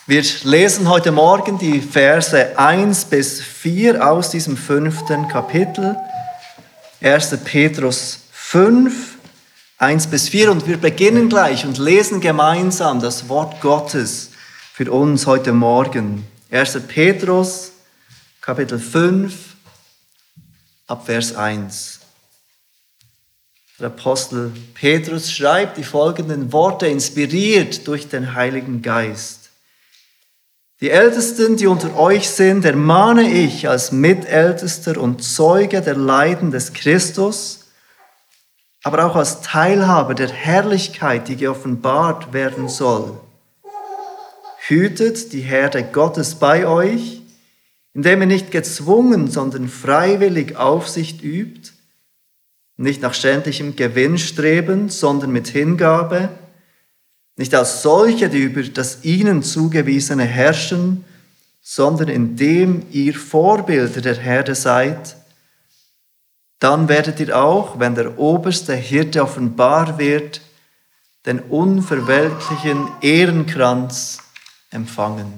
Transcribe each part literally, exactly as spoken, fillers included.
Wir lesen heute Morgen die Verse eins bis vier aus diesem fünften Kapitel. erster Petrus fünf, eins bis vier. Und wir beginnen gleich und lesen gemeinsam das Wort Gottes für uns heute Morgen. erster Petrus, Kapitel fünf, ab Vers eins. Der Apostel Petrus schreibt die folgenden Worte, inspiriert durch den Heiligen Geist. Die Ältesten, die unter euch sind, ermahne ich als Mitältester und Zeuge der Leiden des Christus, aber auch als Teilhaber der Herrlichkeit, die geoffenbart werden soll. Hütet die Herde Gottes bei euch, indem ihr nicht gezwungen, sondern freiwillig Aufsicht übt, nicht nach schändlichem Gewinn strebend, sondern mit Hingabe, nicht als solche, die über das ihnen zugewiesene herrschen, sondern indem ihr Vorbilder der Herde seid, dann werdet ihr auch, wenn der oberste Hirte offenbar wird, den unverwelklichen Ehrenkranz empfangen.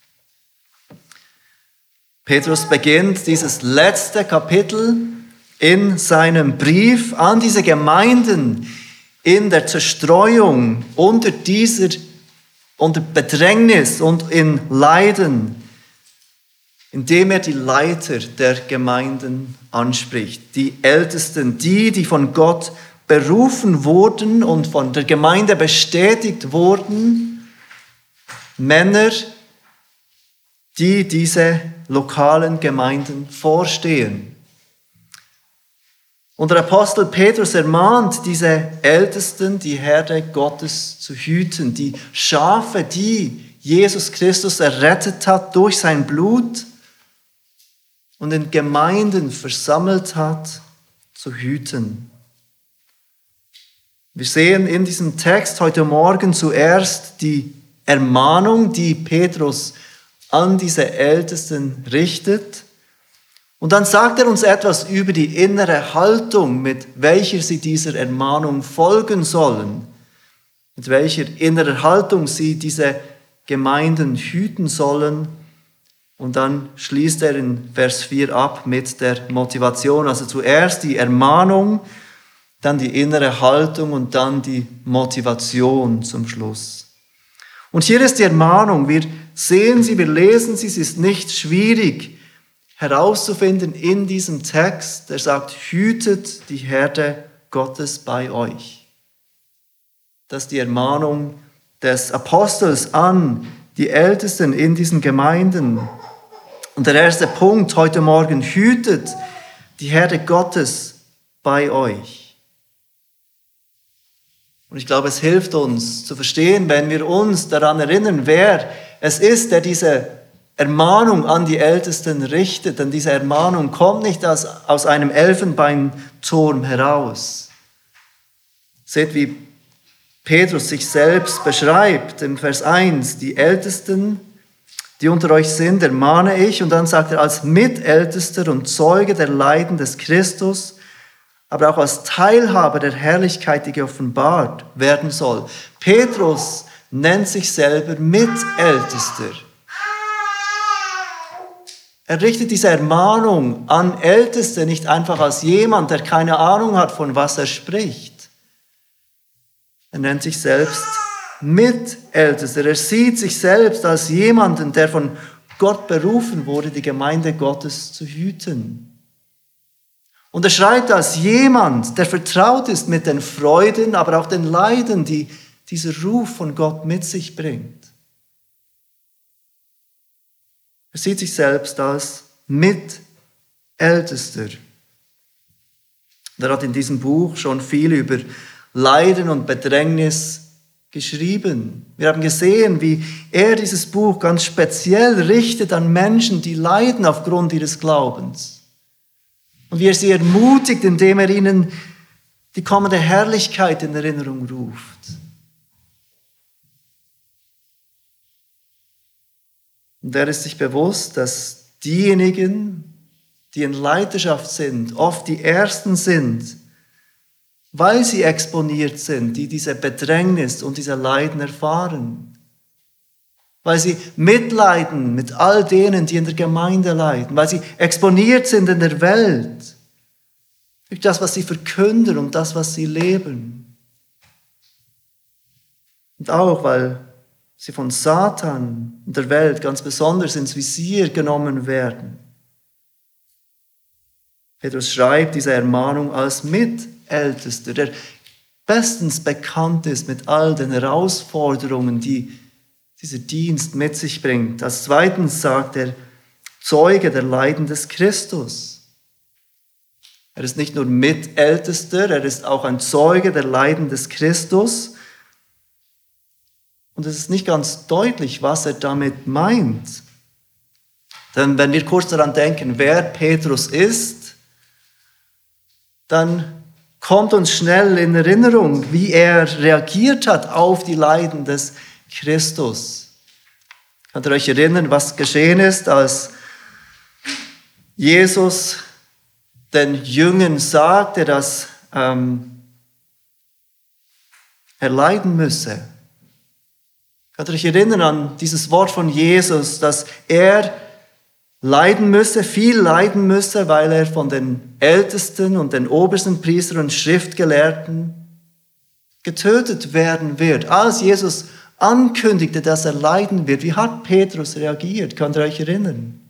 Petrus beginnt dieses letzte Kapitel in seinem Brief an diese Gemeinden, in der Zerstreuung, unter dieser, unter Bedrängnis und in Leiden, indem er die Leiter der Gemeinden anspricht, die Ältesten, die, die von Gott berufen wurden und von der Gemeinde bestätigt wurden, Männer, die diese lokalen Gemeinden vorstehen. Und der Apostel Petrus ermahnt diese Ältesten, die Herde Gottes zu hüten, die Schafe, die Jesus Christus errettet hat durch sein Blut und in Gemeinden versammelt hat, zu hüten. Wir sehen in diesem Text heute Morgen zuerst die Ermahnung, die Petrus an diese Ältesten richtet. Und dann sagt er uns etwas über die innere Haltung, mit welcher sie dieser Ermahnung folgen sollen, mit welcher innerer Haltung sie diese Gemeinden hüten sollen. Und dann schließt er in Vers vier ab mit der Motivation. Also zuerst die Ermahnung, dann die innere Haltung und dann die Motivation zum Schluss. Und hier ist die Ermahnung. Wir sehen sie, wir lesen sie, es ist nicht schwierig herauszufinden in diesem Text. Er sagt, hütet die Herde Gottes bei euch. Das ist die Ermahnung des Apostels an die Ältesten in diesen Gemeinden. Und der erste Punkt heute Morgen, hütet die Herde Gottes bei euch. Und ich glaube, es hilft uns zu verstehen, wenn wir uns daran erinnern, wer es ist, der diese Ermahnung an die Ältesten richtet. Denn diese Ermahnung kommt nicht aus, aus einem Elfenbeinturm heraus. Seht, wie Petrus sich selbst beschreibt im Vers eins. Die Ältesten, die unter euch sind, ermahne ich. Und dann sagt er, als Mitältester und Zeuge der Leiden des Christus, aber auch als Teilhaber der Herrlichkeit, die geoffenbart werden soll. Petrus nennt sich selber Mitältester. Er richtet diese Ermahnung an Älteste nicht einfach als jemand, der keine Ahnung hat, von was er spricht. Er nennt sich selbst Mitältester. Er sieht sich selbst als jemanden, der von Gott berufen wurde, die Gemeinde Gottes zu hüten. Und er schreibt als jemand, der vertraut ist mit den Freuden, aber auch den Leiden, die dieser Ruf von Gott mit sich bringt. Er sieht sich selbst als Mitältester. Er hat in diesem Buch schon viel über Leiden und Bedrängnis geschrieben. Wir haben gesehen, wie er dieses Buch ganz speziell richtet an Menschen, die leiden aufgrund ihres Glaubens. Und wie er sie ermutigt, indem er ihnen die kommende Herrlichkeit in Erinnerung ruft. Und er ist sich bewusst, dass diejenigen, die in Leiterschaft sind, oft die Ersten sind, weil sie exponiert sind, die diese Bedrängnis und diese Leiden erfahren. weil sie mitleiden mit all denen, die in der Gemeinde leiden, weil sie exponiert sind in der Welt, durch das, was sie verkünden und das, was sie leben. Und auch, weil sie von Satan und der Welt ganz besonders ins Visier genommen werden. Petrus schreibt diese Ermahnung als Mitältester, der bestens bekannt ist mit all den Herausforderungen, die dieser Dienst mit sich bringt. Als zweitens sagt er, Zeuge der Leiden des Christus. Er ist nicht nur Mitältester, er ist auch ein Zeuge der Leiden des Christus. Und es ist nicht ganz deutlich, was er damit meint. Denn wenn wir kurz daran denken, wer Petrus ist, dann kommt uns schnell in Erinnerung, wie er reagiert hat auf die Leiden des Christus. Könnt ihr euch erinnern, was geschehen ist, als Jesus den Jüngern sagte, dass ähm, er leiden müsse? Könnt ihr euch erinnern an dieses Wort von Jesus, dass er leiden müsse, viel leiden müsse, weil er von den Ältesten und den obersten Priestern und Schriftgelehrten getötet werden wird. Als Jesus ankündigte, dass er leiden wird, wie hat Petrus reagiert? Könnt ihr euch erinnern?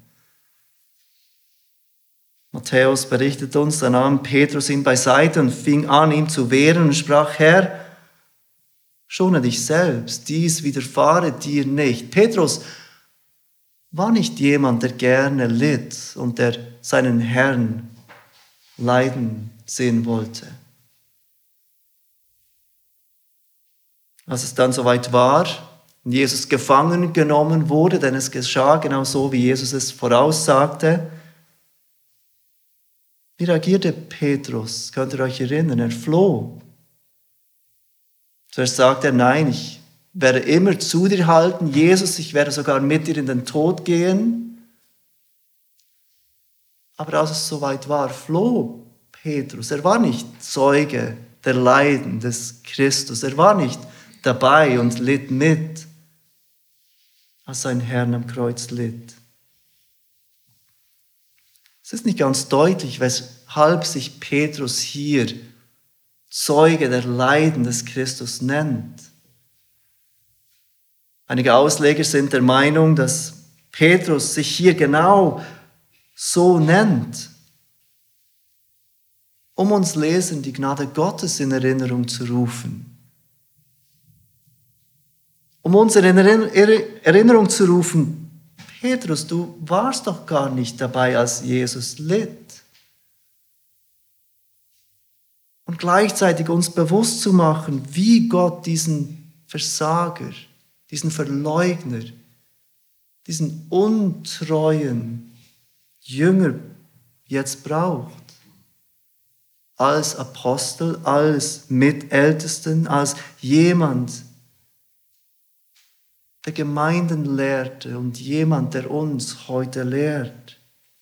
Matthäus berichtet uns, da nahm Petrus ihn beiseite und fing an, ihm zu wehren und sprach, Herr, schone dich selbst, dies widerfahre dir nicht. Petrus war nicht jemand, der gerne litt und der seinen Herrn leiden sehen wollte. Als es dann soweit war und Jesus gefangen genommen wurde, denn es geschah genau so, wie Jesus es voraussagte, wie reagierte Petrus? Könnt ihr euch erinnern? Er floh. Zuerst sagte er, nein, ich werde immer zu dir halten, Jesus, ich werde sogar mit dir in den Tod gehen. Aber als es soweit war, floh Petrus. Er war nicht Zeuge der Leiden des Christus. Er war nicht dabei und litt mit, als sein Herr am Kreuz litt. Es ist nicht ganz deutlich, weshalb sich Petrus hier Zeuge der Leiden des Christus nennt. Einige Ausleger sind der Meinung, dass Petrus sich hier genau so nennt, um uns Lesern die Gnade Gottes in Erinnerung zu rufen. Um uns in Erinnerung zu rufen, Petrus, du warst doch gar nicht dabei, als Jesus litt. Und gleichzeitig uns bewusst zu machen, wie Gott diesen Versager, diesen Verleugner, diesen untreuen Jünger jetzt braucht. Als Apostel, als Mitältesten, als jemand, der Gemeinden lehrte und jemand, der uns heute lehrt.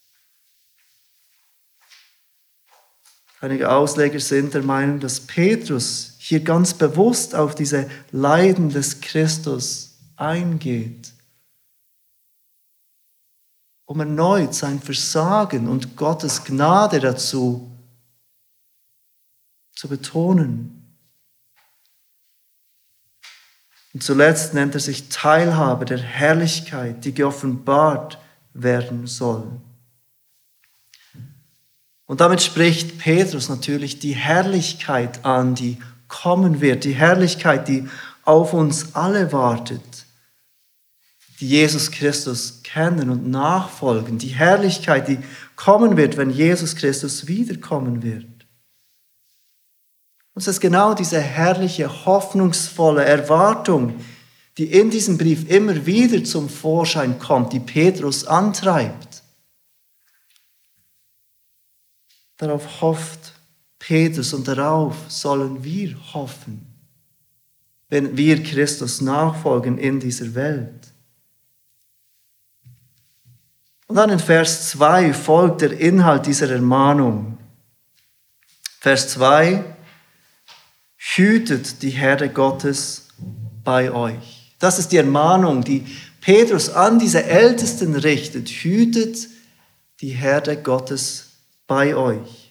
Einige Ausleger sind der Meinung, dass Petrus hier ganz bewusst auf diese Leiden des Christus eingeht, um erneut sein Versagen und Gottes Gnade dazu zu betonen. Und zuletzt nennt er sich Teilhaber der Herrlichkeit, die geoffenbart werden soll. Und damit spricht Petrus natürlich die Herrlichkeit an, die kommen wird, die Herrlichkeit, die auf uns alle wartet, die Jesus Christus kennen und nachfolgen, die Herrlichkeit, die kommen wird, wenn Jesus Christus wiederkommen wird. Und es ist genau diese herrliche, hoffnungsvolle Erwartung, die in diesem Brief immer wieder zum Vorschein kommt, die Petrus antreibt. Darauf hofft Petrus und darauf sollen wir hoffen, wenn wir Christus nachfolgen in dieser Welt. Und dann in Vers zwei folgt der Inhalt dieser Ermahnung. Vers zwei: Hütet die Herde Gottes bei euch. Das ist die Ermahnung, die Petrus an diese Ältesten richtet: Hütet die Herde Gottes bei euch.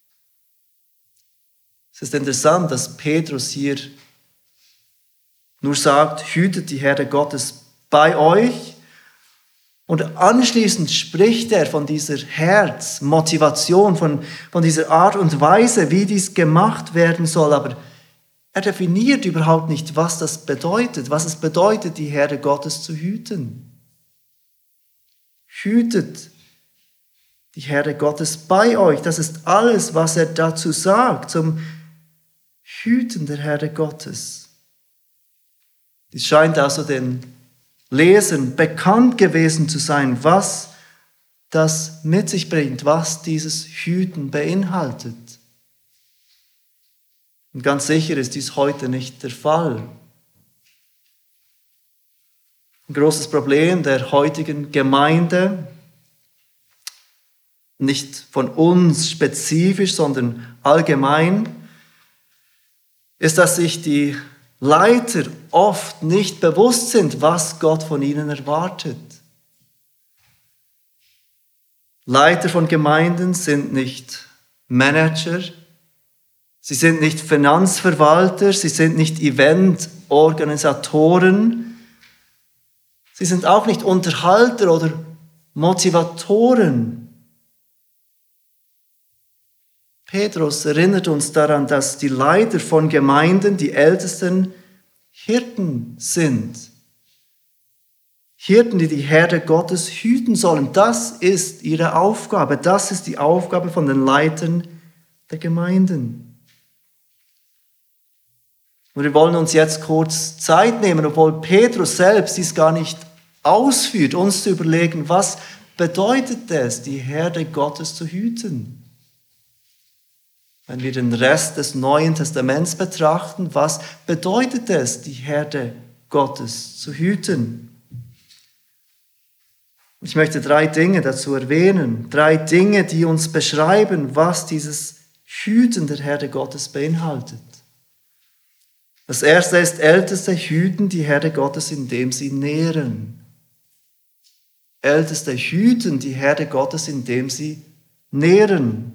Es ist interessant, dass Petrus hier nur sagt: Hütet die Herde Gottes bei euch. Und anschließend spricht er von dieser Herzmotivation, von, von dieser Art und Weise, wie dies gemacht werden soll. Aber er definiert überhaupt nicht, was das bedeutet, was es bedeutet, die Herde Gottes zu hüten. Hütet die Herde Gottes bei euch. Das ist alles, was er dazu sagt, zum Hüten der Herde Gottes. Es scheint also den Lesern bekannt gewesen zu sein, was das mit sich bringt, was dieses Hüten beinhaltet. Und ganz sicher ist dies heute nicht der Fall. Ein großes Problem der heutigen Gemeinde, nicht von uns spezifisch, sondern allgemein, ist, dass sich die Leiter oft nicht bewusst sind, was Gott von ihnen erwartet. Leiter von Gemeinden sind nicht Manager, sie sind nicht Finanzverwalter, sie sind nicht Eventorganisatoren, sie sind auch nicht Unterhalter oder Motivatoren. Petrus erinnert uns daran, dass die Leiter von Gemeinden, die Ältesten, Hirten sind. Hirten, die die Herde Gottes hüten sollen. Das ist ihre Aufgabe. Das ist die Aufgabe von den Leitern der Gemeinden. Und wir wollen uns jetzt kurz Zeit nehmen, obwohl Petrus selbst dies gar nicht ausführt, uns zu überlegen, was bedeutet es, die Herde Gottes zu hüten? Wenn wir den Rest des Neuen Testaments betrachten, was bedeutet es, die Herde Gottes zu hüten? Ich möchte drei Dinge dazu erwähnen. Drei Dinge, die uns beschreiben, was dieses Hüten der Herde Gottes beinhaltet. Das erste ist: Älteste hüten die Herde Gottes, indem sie nähren. Älteste hüten die Herde Gottes, indem sie nähren.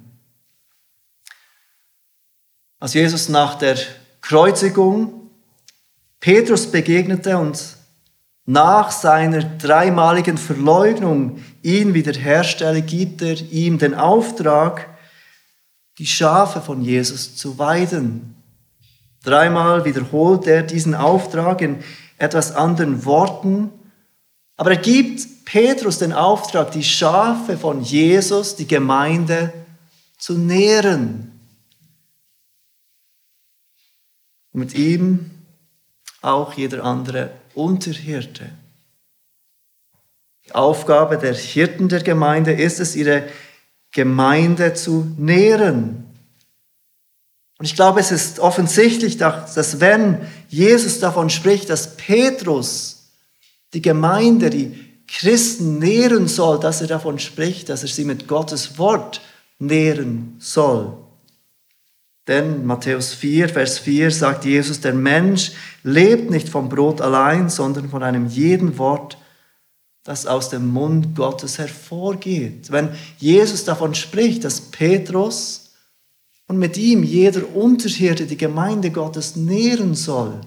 Als Jesus nach der Kreuzigung Petrus begegnete und nach seiner dreimaligen Verleugnung ihn wiederherstelle, gibt er ihm den Auftrag, die Schafe von Jesus zu weiden. Dreimal wiederholt er diesen Auftrag in etwas anderen Worten, aber er gibt Petrus den Auftrag, die Schafe von Jesus, die Gemeinde, zu nähren. Und mit ihm auch jeder andere Unterhirte. Die Aufgabe der Hirten der Gemeinde ist es, ihre Gemeinde zu nähren. Und ich glaube, es ist offensichtlich, dass wenn Jesus davon spricht, dass Petrus die Gemeinde, die Christen nähren soll, dass er davon spricht, dass er sie mit Gottes Wort nähren soll. Denn Matthäus vier, Vers vier sagt Jesus: Der Mensch lebt nicht vom Brot allein, sondern von einem jeden Wort, das aus dem Mund Gottes hervorgeht. Wenn Jesus davon spricht, dass Petrus und mit ihm jeder Unterhirte die Gemeinde Gottes nähren soll,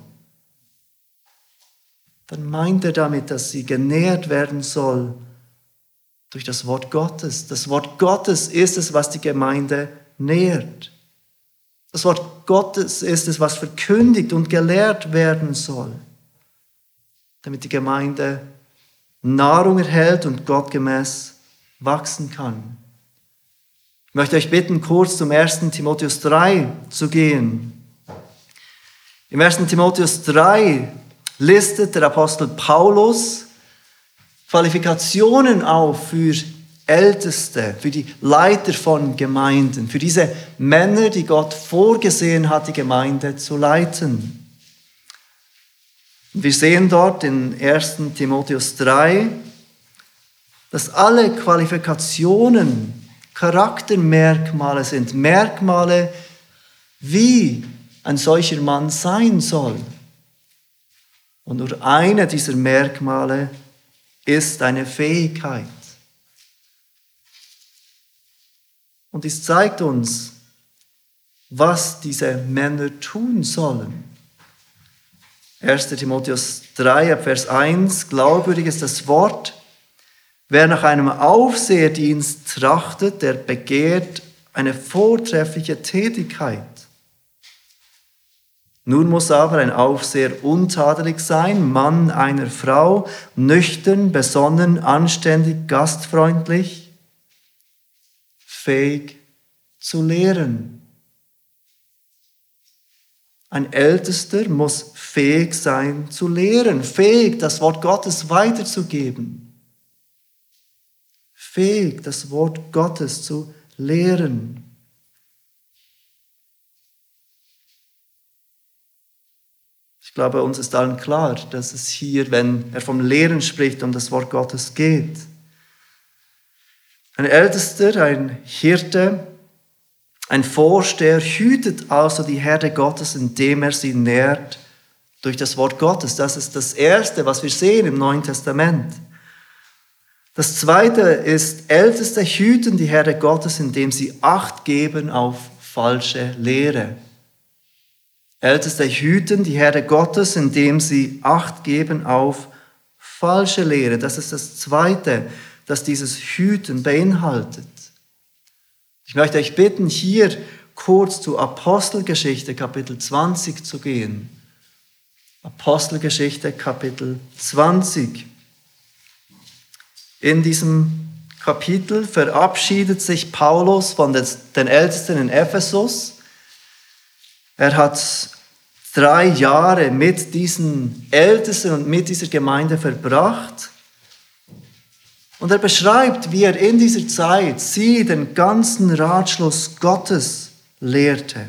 dann meint er damit, dass sie genährt werden soll durch das Wort Gottes. Das Wort Gottes ist es, was die Gemeinde nährt. Das Wort Gottes ist es, was verkündigt und gelehrt werden soll, damit die Gemeinde Nahrung erhält und gottgemäß wachsen kann. Ich möchte euch bitten, kurz zum ersten Timotheus drei zu gehen. Im ersten Timotheus drei listet der Apostel Paulus Qualifikationen auf für Älteste, für die Leiter von Gemeinden, für diese Männer, die Gott vorgesehen hat, die Gemeinde zu leiten. Wir sehen dort in ersten Timotheus drei, dass alle Qualifikationen Charaktermerkmale sind, Merkmale, wie ein solcher Mann sein soll. Und nur eine dieser Merkmale ist eine Fähigkeit. Und dies zeigt uns, was diese Männer tun sollen. erster Timotheus drei, Vers eins, glaubwürdig ist das Wort, wer nach einem Aufseherdienst trachtet, der begehrt eine vortreffliche Tätigkeit. Nun muss aber ein Aufseher untadelig sein, Mann einer Frau, nüchtern, besonnen, anständig, gastfreundlich, fähig zu lehren. Ein Ältester muss fähig sein zu lehren, fähig, das Wort Gottes weiterzugeben, fähig, das Wort Gottes zu lehren. Ich glaube, uns ist allen klar, dass es hier, wenn er vom Lehren spricht, um das Wort Gottes geht. Ein Ältester, ein Hirte, ein Vorsteher hütet also die Herde Gottes, indem er sie nährt durch das Wort Gottes. Das ist das Erste, was wir sehen im Neuen Testament. Das Zweite ist, Älteste hüten die Herde Gottes, indem sie Acht geben auf falsche Lehre. Älteste hüten die Herde Gottes, indem sie Acht geben auf falsche Lehre. Das ist das Zweite, das dieses Hüten beinhaltet. Ich möchte euch bitten, hier kurz zu Apostelgeschichte Kapitel zwanzig zu gehen. Apostelgeschichte Kapitel zwanzig. In diesem Kapitel verabschiedet sich Paulus von den Ältesten in Ephesus. Er hat drei Jahre mit diesen Ältesten und mit dieser Gemeinde verbracht. Und er beschreibt, wie er in dieser Zeit sie den ganzen Ratschluss Gottes lehrte.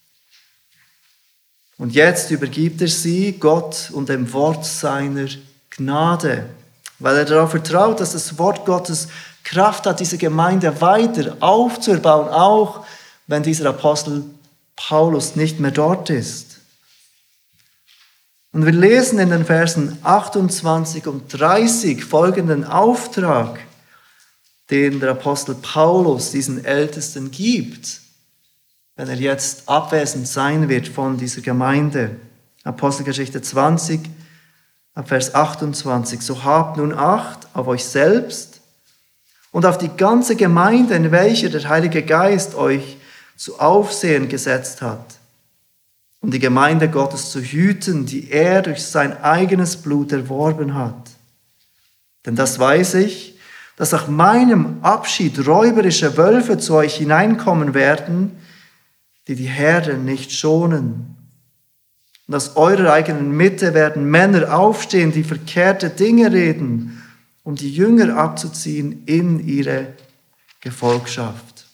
Und jetzt übergibt er sie Gott und dem Wort seiner Gnade, weil er darauf vertraut, dass das Wort Gottes Kraft hat, diese Gemeinde weiter aufzubauen, auch wenn dieser Apostel Paulus nicht mehr dort ist. Und wir lesen in den Versen achtundzwanzig und dreißig folgenden Auftrag, den der Apostel Paulus diesen Ältesten gibt, wenn er jetzt abwesend sein wird von dieser Gemeinde. Apostelgeschichte zwanzig, Vers achtundzwanzig. So habt nun Acht auf euch selbst und auf die ganze Gemeinde, in welcher der Heilige Geist euch zu Aufsehen gesetzt hat, um die Gemeinde Gottes zu hüten, die er durch sein eigenes Blut erworben hat. Denn das weiß ich, dass nach meinem Abschied räuberische Wölfe zu euch hineinkommen werden, die die Herde nicht schonen. Und aus eurer eigenen Mitte werden Männer aufstehen, die verkehrte Dinge reden, um die Jünger abzuziehen in ihre Gefolgschaft.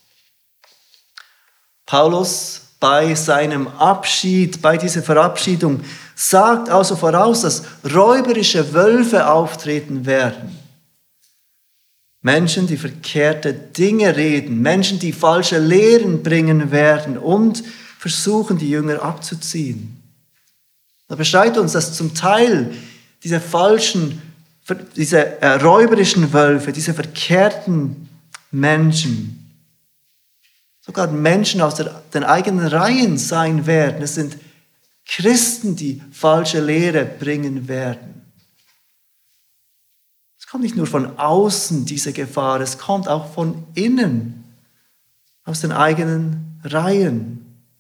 Paulus bei seinem Abschied, bei dieser Verabschiedung, sagt also voraus, dass räuberische Wölfe auftreten werden. Menschen, die verkehrte Dinge reden, Menschen, die falsche Lehren bringen werden und versuchen, die Jünger abzuziehen. Da beschreibt uns, dass zum Teil diese falschen, diese äh, räuberischen Wölfe, diese verkehrten Menschen, sogar Menschen aus der, den eigenen Reihen sein werden. Es sind Christen, die falsche Lehre bringen werden. Es kommt nicht nur von außen, diese Gefahr, es kommt auch von innen, aus den eigenen Reihen.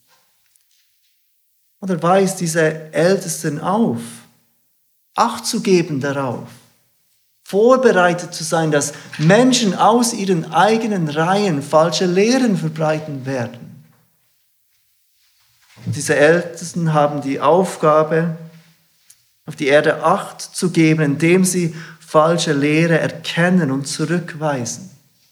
Und er weist diese Ältesten auf, Acht zu geben darauf, vorbereitet zu sein, dass Menschen aus ihren eigenen Reihen falsche Lehren verbreiten werden. Und diese Ältesten haben die Aufgabe, auf die Erde Acht zu geben, indem sie falsche Lehre erkennen und zurückweisen.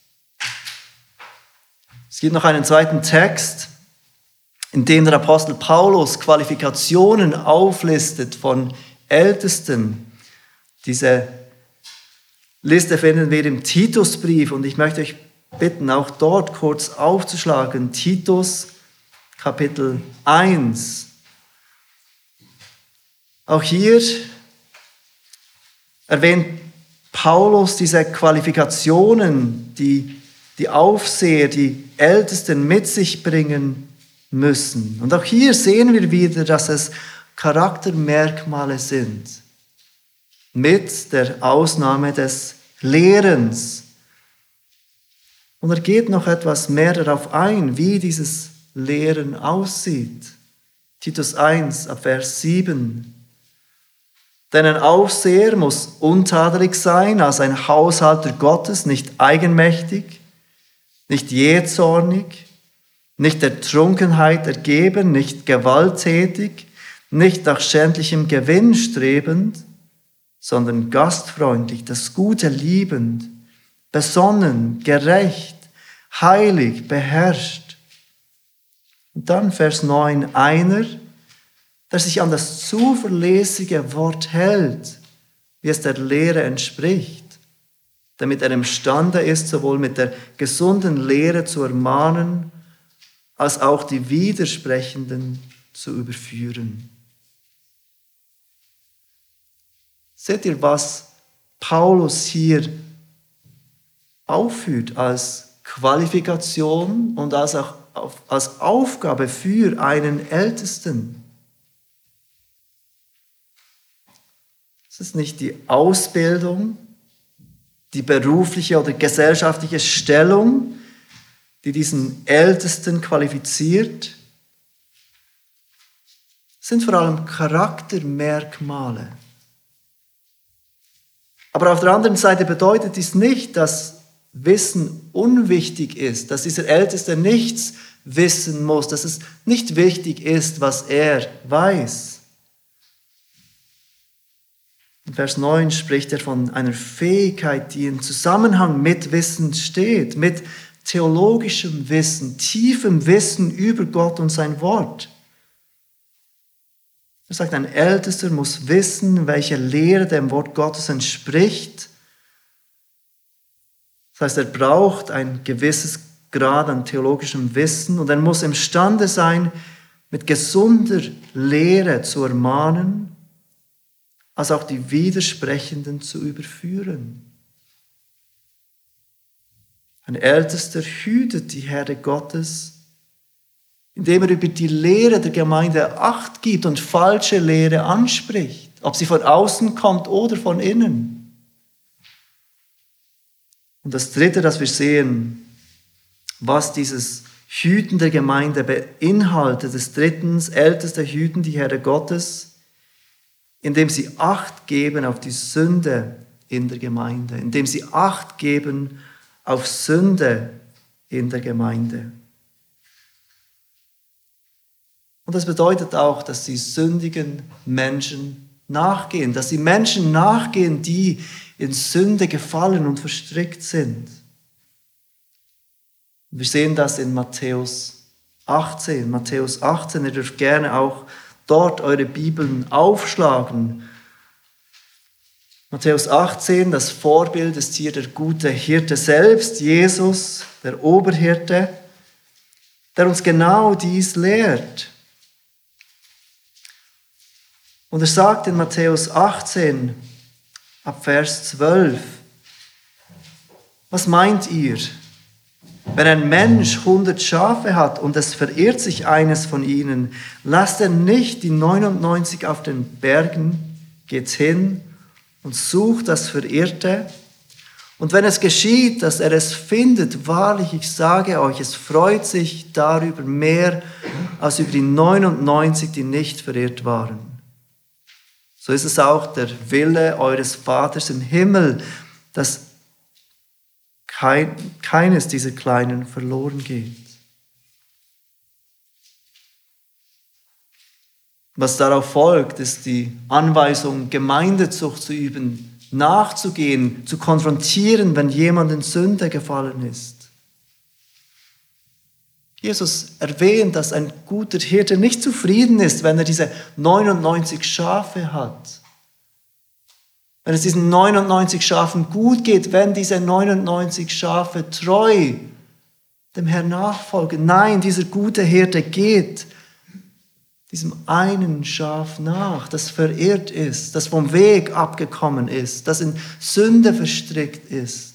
Es gibt noch einen zweiten Text, in dem der Apostel Paulus Qualifikationen auflistet von Ältesten. Diese Liste finden wir im Titusbrief und ich möchte euch bitten, auch dort kurz aufzuschlagen. Titus, Kapitel eins. Auch hier erwähnt Paulus diese Qualifikationen, die die Aufseher, die Ältesten mit sich bringen müssen. Und auch hier sehen wir wieder, dass es Charaktermerkmale sind. Mit der Ausnahme des Lehrens. Und er geht noch etwas mehr darauf ein, wie dieses Lehren aussieht. Titus eins, ab Vers sieben. Denn ein Aufseher muss untadelig sein, als ein Haushalter Gottes, nicht eigenmächtig, nicht jähzornig, nicht der Trunkenheit ergeben, nicht gewalttätig, nicht nach schändlichem Gewinn strebend, sondern gastfreundlich, das Gute liebend, besonnen, gerecht, heilig, beherrscht. Und dann Vers neun, einer, der sich an das zuverlässige Wort hält, wie es der Lehre entspricht, damit er imstande ist, sowohl mit der gesunden Lehre zu ermahnen, als auch die Widersprechenden zu überführen. Seht ihr, was Paulus hier aufführt als Qualifikation und als auch als Aufgabe für einen Ältesten? Es ist nicht die Ausbildung, die berufliche oder gesellschaftliche Stellung, die diesen Ältesten qualifiziert. Es sind vor allem Charaktermerkmale. Aber auf der anderen Seite bedeutet dies nicht, dass Wissen unwichtig ist, dass dieser Älteste nichts wissen muss, dass es nicht wichtig ist, was er weiß. In Vers neun spricht er von einer Fähigkeit, die im Zusammenhang mit Wissen steht, mit theologischem Wissen, tiefem Wissen über Gott und sein Wort. Er sagt, ein Ältester muss wissen, welche Lehre dem Wort Gottes entspricht. Das heißt, er braucht ein gewisses Grad an theologischem Wissen und er muss imstande sein, mit gesunder Lehre zu ermahnen, als auch die Widersprechenden zu überführen. Ein Ältester hütet die Herde Gottes, indem er über die Lehre der Gemeinde Acht gibt und falsche Lehre anspricht, ob sie von außen kommt oder von innen. Und das Dritte, das wir sehen, was dieses Hüten der Gemeinde beinhaltet, ist drittens, Älteste hüten die Herde Gottes, indem sie Acht geben auf die Sünde in der Gemeinde, indem sie Acht geben auf Sünde in der Gemeinde. Und das bedeutet auch, dass sie sündigen Menschen nachgehen, dass sie Menschen nachgehen, die in Sünde gefallen und verstrickt sind. Wir sehen das in Matthäus achtzehn. Matthäus achtzehn, ihr dürft gerne auch dort eure Bibeln aufschlagen. Matthäus achtzehn, das Vorbild ist hier der gute Hirte selbst, Jesus, der Oberhirte, der uns genau dies lehrt. Und er sagt in Matthäus achtzehn, ab Vers zwölf, was meint ihr? Wenn ein Mensch hundert Schafe hat und es verirrt sich eines von ihnen, lasst er nicht die neunundneunzig auf den Bergen, geht hin und sucht das Verirrte. Und wenn es geschieht, dass er es findet, wahrlich, ich sage euch, es freut sich darüber mehr als über die neunundneunzig, die nicht verirrt waren. So ist es auch der Wille eures Vaters im Himmel, dass kein, keines dieser Kleinen verloren geht. Was darauf folgt, ist die Anweisung, Gemeindezucht zu üben, nachzugehen, zu konfrontieren, wenn jemand in Sünde gefallen ist. Jesus erwähnt, dass ein guter Hirte nicht zufrieden ist, wenn er diese neunundneunzig Schafe hat. Wenn es diesen neunundneunzig Schafen gut geht, wenn diese neunundneunzig Schafe treu dem Herrn nachfolgen. Nein, dieser gute Hirte geht diesem einen Schaf nach, das verirrt ist, das vom Weg abgekommen ist, das in Sünde verstrickt ist.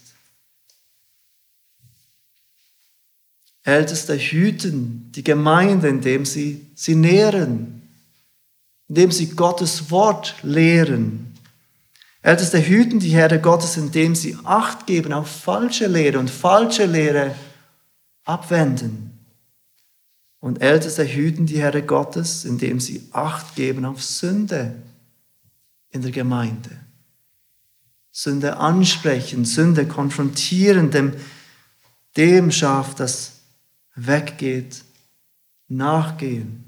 Älteste hüten die Gemeinde, indem sie sie nähren, indem sie Gottes Wort lehren. Älteste hüten die Herde Gottes, indem sie Acht geben auf falsche Lehre und falsche Lehre abwenden. Und Älteste hüten die Herde Gottes, indem sie Acht geben auf Sünde in der Gemeinde. Sünde ansprechen, Sünde konfrontieren, dem, dem Schaf, das weggeht, nachgehen.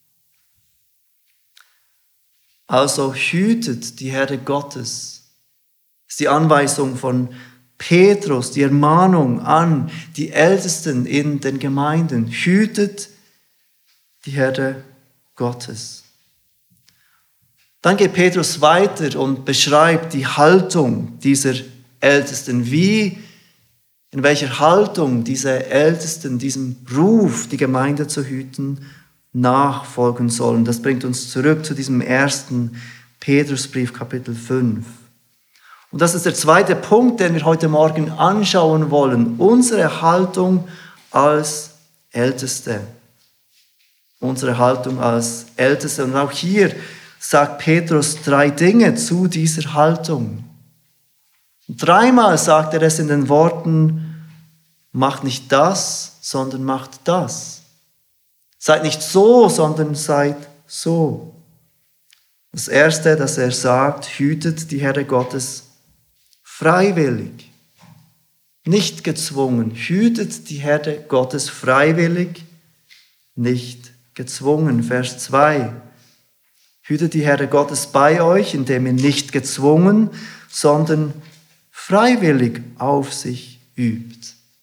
Also hütet die Herde Gottes. Das ist die Anweisung von Petrus, die Ermahnung an die Ältesten in den Gemeinden. Hütet die Herde Gottes. Dann geht Petrus weiter und beschreibt die Haltung dieser Ältesten, wie, in welcher Haltung diese Ältesten diesem Ruf, die Gemeinde zu hüten, nachfolgen sollen. Das bringt uns zurück zu diesem ersten Petrusbrief, Kapitel fünf. Und das ist der zweite Punkt, den wir heute Morgen anschauen wollen. Unsere Haltung als Älteste. Unsere Haltung als Älteste. Und auch hier sagt Petrus drei Dinge zu dieser Haltung. Dreimal sagt er es in den Worten, macht nicht das, sondern macht das. Seid nicht so, sondern seid so. Das Erste, das er sagt, hütet die Herde Gottes freiwillig, nicht gezwungen. Hütet die Herde Gottes freiwillig, nicht gezwungen. Vers zwei. Hütet die Herde Gottes bei euch, indem ihr nicht gezwungen, sondern freiwillig auf sich übt.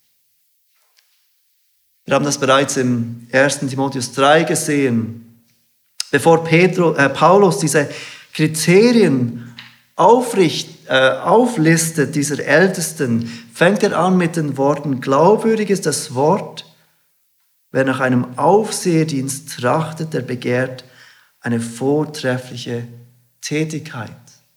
Wir haben das bereits im ersten Timotheus drei gesehen. Bevor Petru, äh, Paulus diese Kriterien aufricht, äh, auflistet, dieser Ältesten, fängt er an mit den Worten, glaubwürdig ist das Wort, wer nach einem Aufseherdienst trachtet, der begehrt eine vortreffliche Tätigkeit.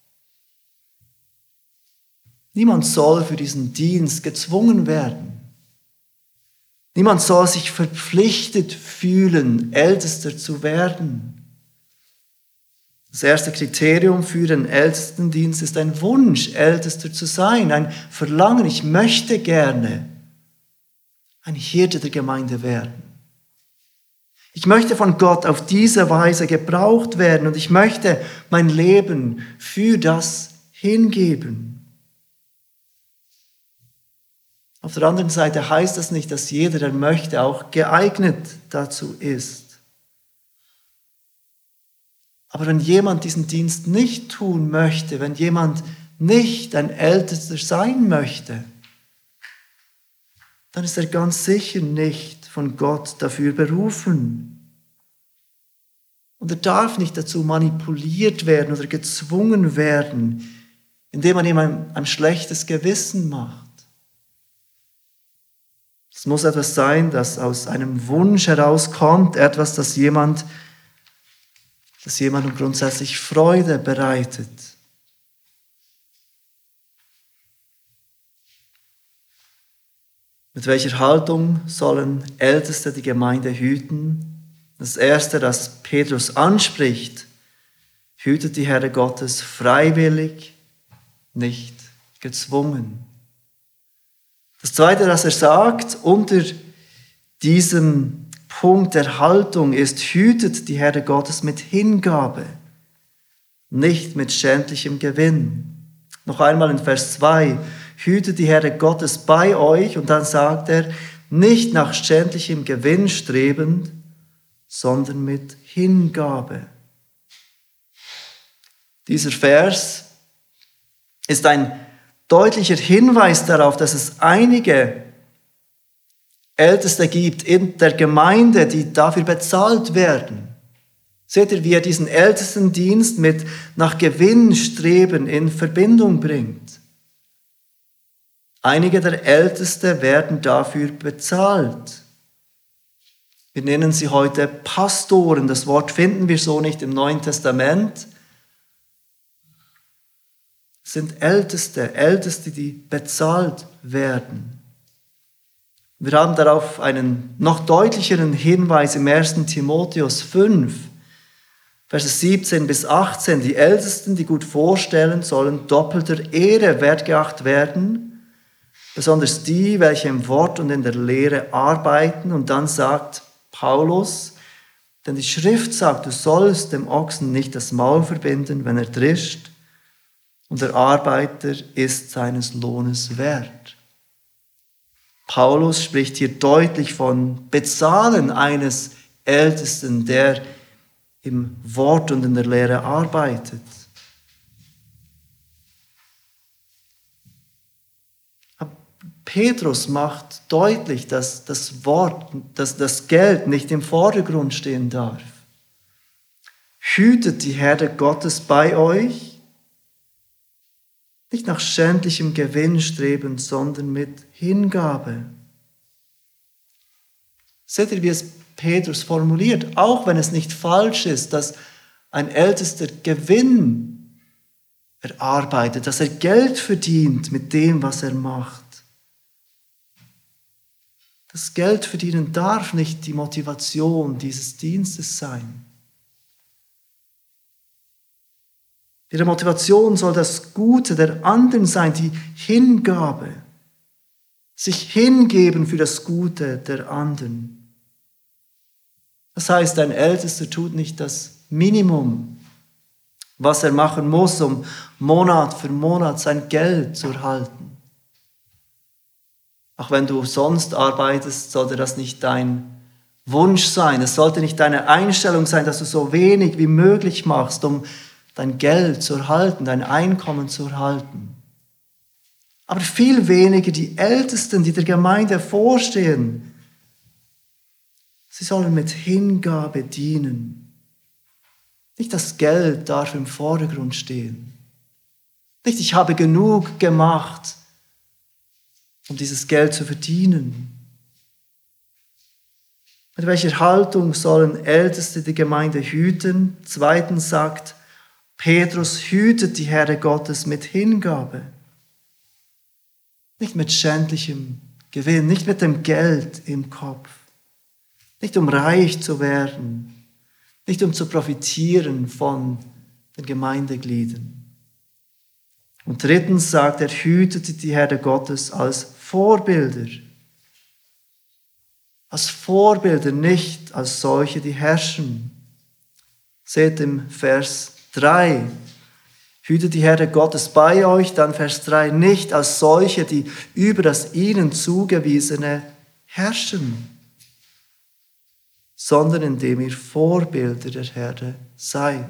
Niemand soll für diesen Dienst gezwungen werden. Niemand soll sich verpflichtet fühlen, Ältester zu werden. Das erste Kriterium für den Ältestendienst ist ein Wunsch, Ältester zu sein, ein Verlangen, ich möchte gerne ein Hirte der Gemeinde werden. Ich möchte von Gott auf diese Weise gebraucht werden und ich möchte mein Leben für das hingeben. Auf der anderen Seite heißt das nicht, dass jeder, der möchte, auch geeignet dazu ist. Aber wenn jemand diesen Dienst nicht tun möchte, wenn jemand nicht ein Ältester sein möchte, dann ist er ganz sicher nicht von Gott dafür berufen. Und er darf nicht dazu manipuliert werden oder gezwungen werden, indem man ihm ein, ein schlechtes Gewissen macht. Es muss etwas sein, das aus einem Wunsch herauskommt, etwas, das jemand, das jemandem grundsätzlich Freude bereitet. Mit welcher Haltung sollen Älteste die Gemeinde hüten? Das Erste, das Petrus anspricht, hütet die Herde Gottes freiwillig, nicht gezwungen. Das Zweite, das er sagt, unter diesem Punkt der Haltung ist, hütet die Herde Gottes mit Hingabe, nicht mit schändlichem Gewinn. Noch einmal in Vers zwei, hütet die Herde Gottes bei euch und dann sagt er, nicht nach schändlichem Gewinn strebend, sondern mit Hingabe. Dieser Vers ist ein deutlicher Hinweis darauf, dass es einige Älteste gibt in der Gemeinde, die dafür bezahlt werden. Seht ihr, wie er diesen Ältestendienst mit nach Gewinnstreben in Verbindung bringt? Einige der Älteste werden dafür bezahlt. Wir nennen sie heute Pastoren. Das Wort finden wir so nicht im Neuen Testament. Es sind Älteste, Älteste, die bezahlt werden. Wir haben darauf einen noch deutlicheren Hinweis im ersten Timotheus fünf, Verse siebzehn bis achtzehn. Die Ältesten, die gut vorstellen, sollen doppelter Ehre wertgeachtet werden, besonders die, welche im Wort und in der Lehre arbeiten. Und dann sagt Paulus, denn die Schrift sagt, du sollst dem Ochsen nicht das Maul verbinden, wenn er drischt, und der Arbeiter ist seines Lohnes wert. Paulus spricht hier deutlich von Bezahlen eines Ältesten, der im Wort und in der Lehre arbeitet. Petrus macht deutlich, dass das Wort, dass das Geld nicht im Vordergrund stehen darf. Hütet die Herde Gottes bei euch, nicht nach schändlichem Gewinn streben, sondern mit Hingabe. Seht ihr, wie es Petrus formuliert, auch wenn es nicht falsch ist, dass ein Ältester Gewinn erarbeitet, dass er Geld verdient mit dem, was er macht. Das Geld verdienen darf nicht die Motivation dieses Dienstes sein. Ihre Motivation soll das Gute der anderen sein, die Hingabe, sich hingeben für das Gute der anderen. Das heißt, ein Ältester tut nicht das Minimum, was er machen muss, um Monat für Monat sein Geld zu erhalten. Auch wenn du sonst arbeitest, sollte das nicht dein Wunsch sein. Es sollte nicht deine Einstellung sein, dass du so wenig wie möglich machst, um dein Geld zu erhalten, dein Einkommen zu erhalten. Aber viel weniger die Ältesten, die der Gemeinde vorstehen. Sie sollen mit Hingabe dienen. Nicht das Geld darf im Vordergrund stehen. Nicht, ich habe genug gemacht, um dieses Geld zu verdienen. Mit welcher Haltung sollen Älteste die Gemeinde hüten? Zweitens sagt Petrus, hütet die Herde Gottes mit Hingabe. Nicht mit schändlichem Gewinn, nicht mit dem Geld im Kopf. Nicht um reich zu werden, nicht um zu profitieren von den Gemeindegliedern. Und drittens sagt er, hütet die Herde Gottes als Vorbilder. Als Vorbilder, nicht als solche, die herrschen. Seht im Vers drei, hütet die Herde Gottes bei euch, dann Vers drei, nicht als solche, die über das ihnen zugewiesene herrschen, sondern indem ihr Vorbilder der Herde seid.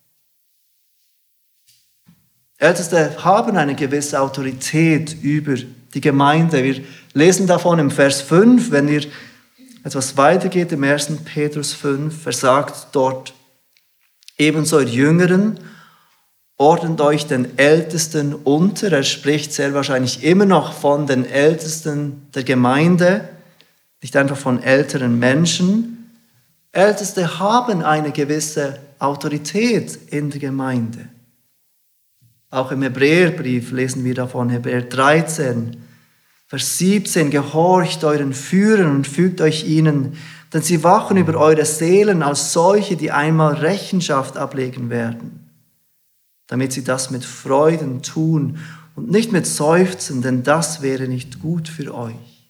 Älteste haben eine gewisse Autorität über die Gemeinde. Wir lesen davon im Vers fünf, wenn ihr etwas weitergeht im ersten Petrus fünf, er sagt dort, ebenso ihr Jüngeren, ordnet euch den Ältesten unter. Er spricht sehr wahrscheinlich immer noch von den Ältesten der Gemeinde, nicht einfach von älteren Menschen. Älteste haben eine gewisse Autorität in der Gemeinde. Auch im Hebräerbrief lesen wir davon, Hebräer dreizehn, Vers siebzehn, gehorcht euren Führern und fügt euch ihnen, denn sie wachen über eure Seelen als solche, die einmal Rechenschaft ablegen werden, damit sie das mit Freuden tun und nicht mit Seufzen, denn das wäre nicht gut für euch.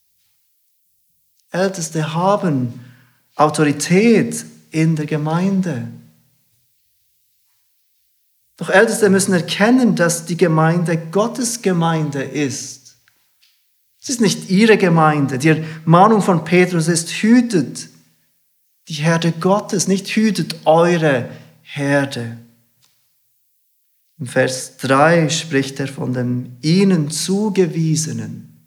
Älteste haben Autorität in der Gemeinde. Doch Älteste müssen erkennen, dass die Gemeinde Gottes Gemeinde ist. Es ist nicht ihre Gemeinde. Die Ermahnung von Petrus ist, hütet die Herde Gottes, nicht hütet eure Herde. Im Vers drei spricht er von den ihnen zugewiesenen.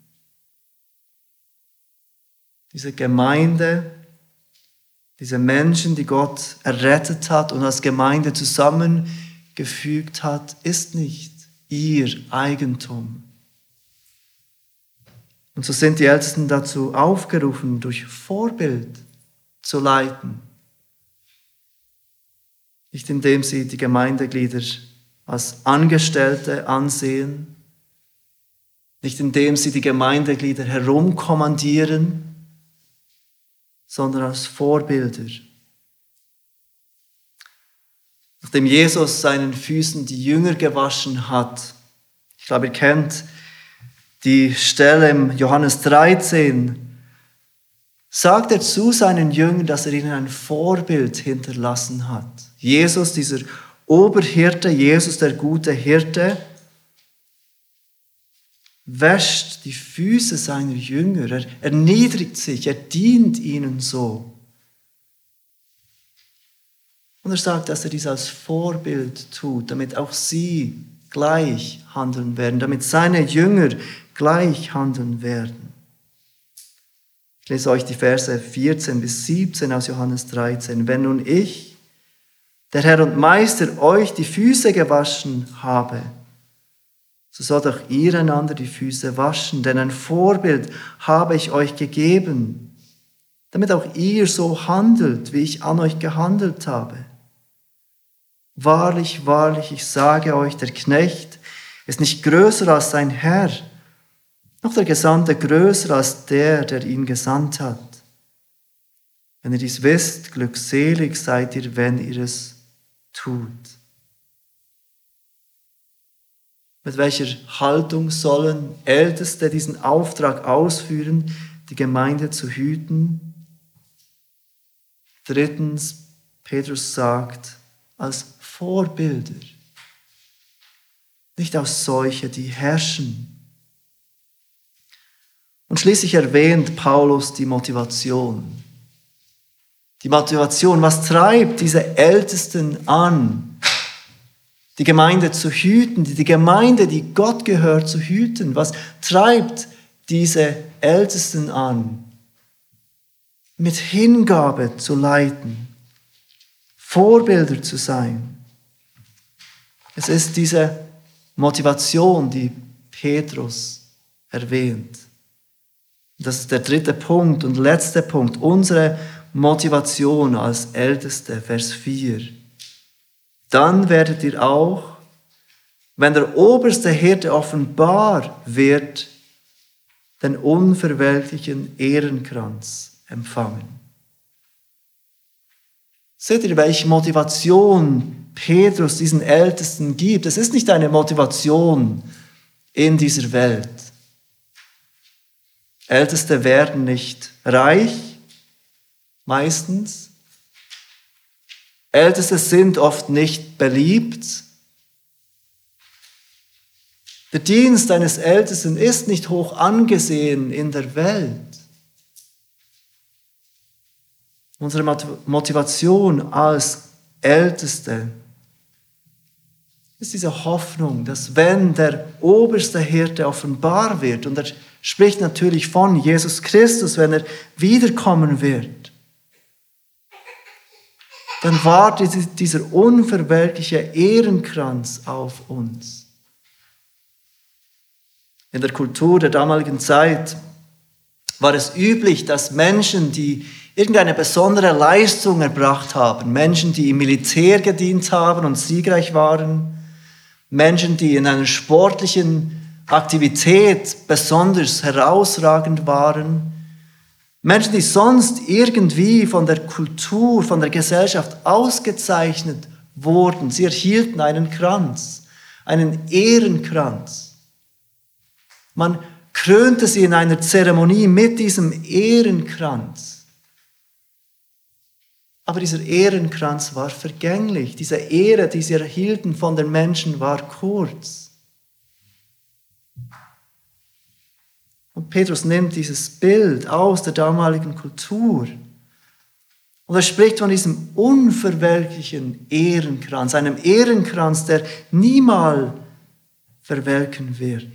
Diese Gemeinde, diese Menschen, die Gott errettet hat und als Gemeinde zusammengefügt hat, ist nicht ihr Eigentum. Und so sind die Ältesten dazu aufgerufen, durch Vorbild zu leiten. Nicht indem sie die Gemeindeglieder als Angestellte ansehen, nicht indem sie die Gemeindeglieder herumkommandieren, sondern als Vorbilder. Nachdem Jesus seinen Füßen die Jünger gewaschen hat, ich glaube, ihr kennt die Stelle im Johannes dreizehn, sagt er zu seinen Jüngern, dass er ihnen ein Vorbild hinterlassen hat. Jesus, dieser Oberhirte, Jesus, der gute Hirte, wäscht die Füße seiner Jünger. Er erniedrigt sich, er dient ihnen so. Und er sagt, dass er dies als Vorbild tut, damit auch sie gleich handeln werden, damit seine Jünger gleich handeln werden. Ich lese euch die Verse vierzehn bis siebzehn aus Johannes dreizehn. Wenn nun ich, der Herr und Meister, euch die Füße gewaschen habe, so sollt auch ihr einander die Füße waschen, denn ein Vorbild habe ich euch gegeben, damit auch ihr so handelt, wie ich an euch gehandelt habe. Wahrlich, wahrlich, ich sage euch, der Knecht ist nicht größer als sein Herr, noch der Gesandte größer als der, der ihn gesandt hat. Wenn ihr dies wisst, glückselig seid ihr, wenn ihr es tut. Mit welcher Haltung sollen Älteste diesen Auftrag ausführen, die Gemeinde zu hüten? Drittens, Petrus sagt, als Vorbilder, nicht als solche, die herrschen. Und schließlich erwähnt Paulus die Motivation. Die Motivation, was treibt diese Ältesten an, die Gemeinde zu hüten, die Gemeinde, die Gott gehört, zu hüten? Was treibt diese Ältesten an, mit Hingabe zu leiten, Vorbilder zu sein? Es ist diese Motivation, die Petrus erwähnt. Das ist der dritte Punkt und letzte Punkt, unsere Motivation als Älteste, Vers vier. Dann werdet ihr auch, wenn der oberste Hirte offenbar wird, den unverwelklichen Ehrenkranz empfangen. Seht ihr, welche Motivation Petrus diesen Ältesten gibt? Es ist nicht eine Motivation in dieser Welt. Älteste werden nicht reich, meistens. Älteste sind oft nicht beliebt. Der Dienst eines Ältesten ist nicht hoch angesehen in der Welt. Unsere Motivation als Älteste ist diese Hoffnung, dass wenn der oberste Hirte offenbar wird, und er spricht natürlich von Jesus Christus, wenn er wiederkommen wird, dann wartet dieser unverwelkliche Ehrenkranz auf uns. In der Kultur der damaligen Zeit war es üblich, dass Menschen, die irgendeine besondere Leistung erbracht haben, Menschen, die im Militär gedient haben und siegreich waren, Menschen, die in einer sportlichen Aktivität besonders herausragend waren, Menschen, die sonst irgendwie von der Kultur, von der Gesellschaft ausgezeichnet wurden, sie erhielten einen Kranz, einen Ehrenkranz. Man krönte sie in einer Zeremonie mit diesem Ehrenkranz. Aber dieser Ehrenkranz war vergänglich. Diese Ehre, die sie erhielten von den Menschen, war kurz. Und Petrus nimmt dieses Bild aus der damaligen Kultur und er spricht von diesem unverwelklichen Ehrenkranz, einem Ehrenkranz, der niemals verwelken wird.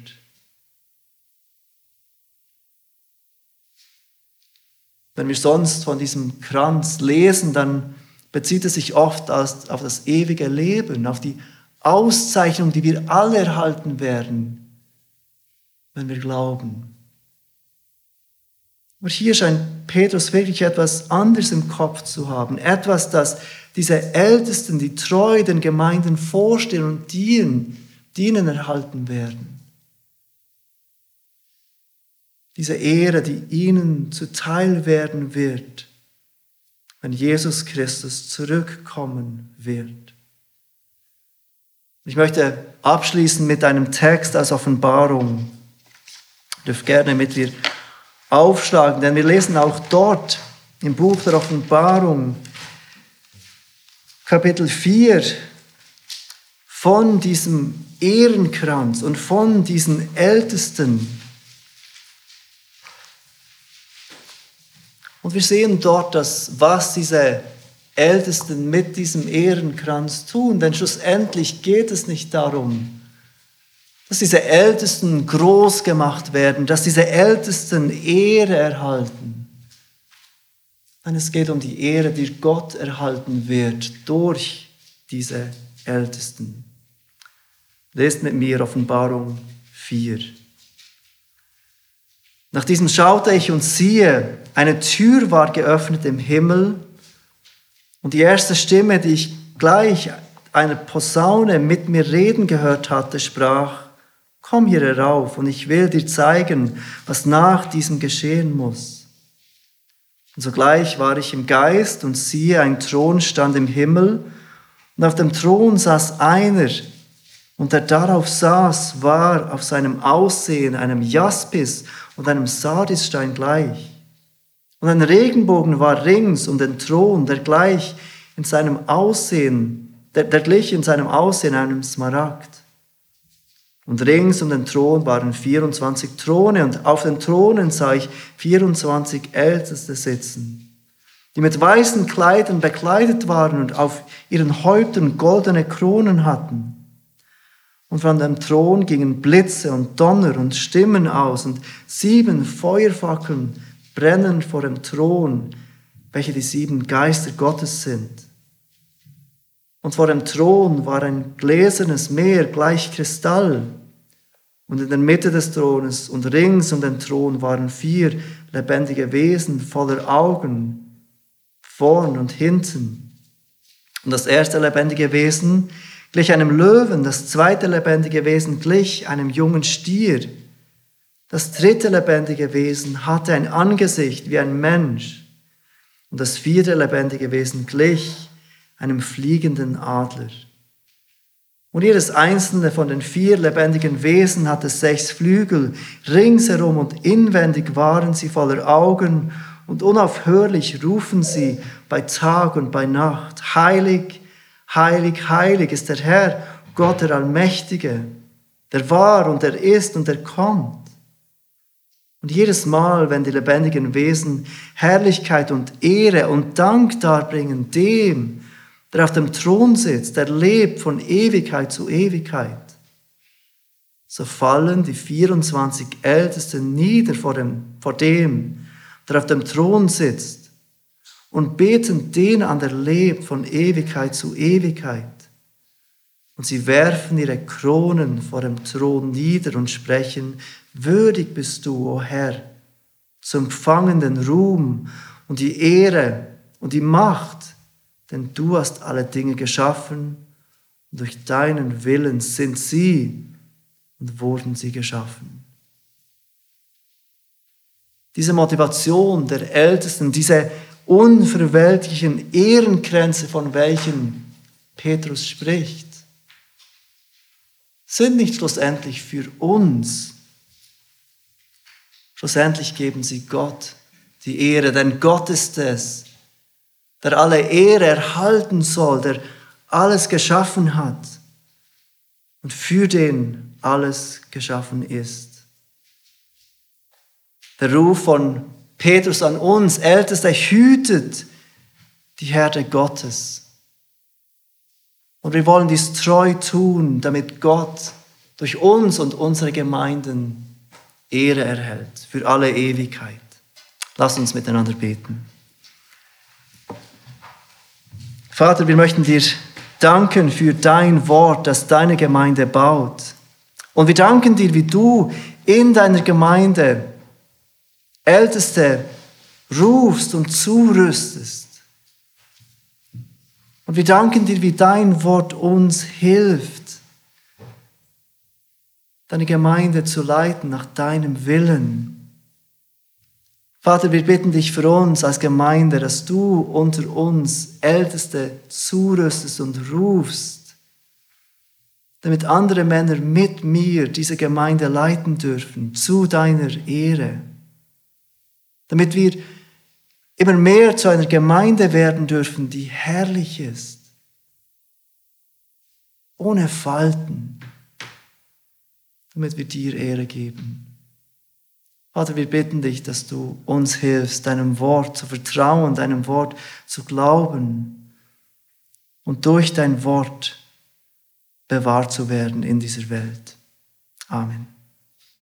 Wenn wir sonst von diesem Kranz lesen, dann bezieht es sich oft auf das ewige Leben, auf die Auszeichnung, die wir alle erhalten werden, wenn wir glauben. Aber hier scheint Petrus wirklich etwas anderes im Kopf zu haben. Etwas, das diese Ältesten, die treu den Gemeinden vorstehen und dienen, dienen erhalten werden. Diese Ehre, die ihnen zuteil werden wird, wenn Jesus Christus zurückkommen wird. Ich möchte abschließen mit einem Text aus Offenbarung. Ihr dürft gerne mit mir aufschlagen, denn wir lesen auch dort im Buch der Offenbarung, Kapitel vier, von diesem Ehrenkranz und von diesen Ältesten. Und wir sehen dort, dass, was diese Ältesten mit diesem Ehrenkranz tun, denn schlussendlich geht es nicht darum, dass diese Ältesten groß gemacht werden, dass diese Ältesten Ehre erhalten. Nein, es geht um die Ehre, die Gott erhalten wird durch diese Ältesten. Lest mit mir Offenbarung vier. Nach diesem schaute ich und siehe, eine Tür war geöffnet im Himmel und die erste Stimme, die ich gleich einer Posaune mit mir reden gehört hatte, sprach: Komm hier herauf und ich will dir zeigen, was nach diesem geschehen muss. Und sogleich war ich im Geist und siehe, ein Thron stand im Himmel und auf dem Thron saß einer und der darauf saß, war auf seinem Aussehen einem Jaspis und einem Sardisstein gleich. Und ein Regenbogen war rings um den Thron, der gleich in seinem Aussehen, der, der glich in seinem Aussehen einem Smaragd. Und rings um den Thron waren vierundzwanzig Throne, und auf den Thronen sah ich vierundzwanzig Älteste sitzen, die mit weißen Kleidern bekleidet waren und auf ihren Häuptern goldene Kronen hatten. Und von dem Thron gingen Blitze und Donner und Stimmen aus, und sieben Feuerfackeln brennen vor dem Thron, welche die sieben Geister Gottes sind. Und vor dem Thron war ein gläsernes Meer gleich Kristall. Und in der Mitte des Thrones und rings um den Thron waren vier lebendige Wesen voller Augen, vorn und hinten. Und das erste lebendige Wesen glich einem Löwen, das zweite lebendige Wesen glich einem jungen Stier. Das dritte lebendige Wesen hatte ein Angesicht wie ein Mensch. Und das vierte lebendige Wesen glich einem fliegenden Adler. Und jedes einzelne von den vier lebendigen Wesen hatte sechs Flügel, ringsherum und inwendig waren sie voller Augen, und unaufhörlich rufen sie bei Tag und bei Nacht: Heilig, heilig, heilig ist der Herr, Gott der Allmächtige, der war und der ist und der kommt. Und jedes Mal, wenn die lebendigen Wesen Herrlichkeit und Ehre und Dank darbringen dem, der auf dem Thron sitzt, der lebt von Ewigkeit zu Ewigkeit, so fallen die vierundzwanzig Ältesten nieder vor dem, vor dem, der auf dem Thron sitzt, und beten den an, der lebt von Ewigkeit zu Ewigkeit. Und sie werfen ihre Kronen vor dem Thron nieder und sprechen: Würdig bist du, o Herr, zu empfangen den Ruhm und die Ehre und die Macht, denn du hast alle Dinge geschaffen und durch deinen Willen sind sie und wurden sie geschaffen. Diese Motivation der Ältesten, diese unverweltlichen Ehrenkränze, von welchen Petrus spricht, sind nicht schlussendlich für uns. Schlussendlich geben sie Gott die Ehre, denn Gott ist es, der alle Ehre erhalten soll, der alles geschaffen hat und für den alles geschaffen ist. Der Ruf von Petrus an uns, Älteste, hütet die Herde Gottes. Und wir wollen dies treu tun, damit Gott durch uns und unsere Gemeinden Ehre erhält für alle Ewigkeit. Lass uns miteinander beten. Vater, wir möchten dir danken für dein Wort, das deine Gemeinde baut. Und wir danken dir, wie du in deiner Gemeinde Älteste rufst und zurüstest. Und wir danken dir, wie dein Wort uns hilft, deine Gemeinde zu leiten nach deinem Willen. Vater, wir bitten dich für uns als Gemeinde, dass du unter uns Älteste zurüstest und rufst, damit andere Männer mit mir diese Gemeinde leiten dürfen, zu deiner Ehre. Damit wir immer mehr zu einer Gemeinde werden dürfen, die herrlich ist, ohne Falten, damit wir dir Ehre geben. Vater, wir bitten dich, dass du uns hilfst, deinem Wort zu vertrauen, deinem Wort zu glauben und durch dein Wort bewahrt zu werden in dieser Welt. Amen.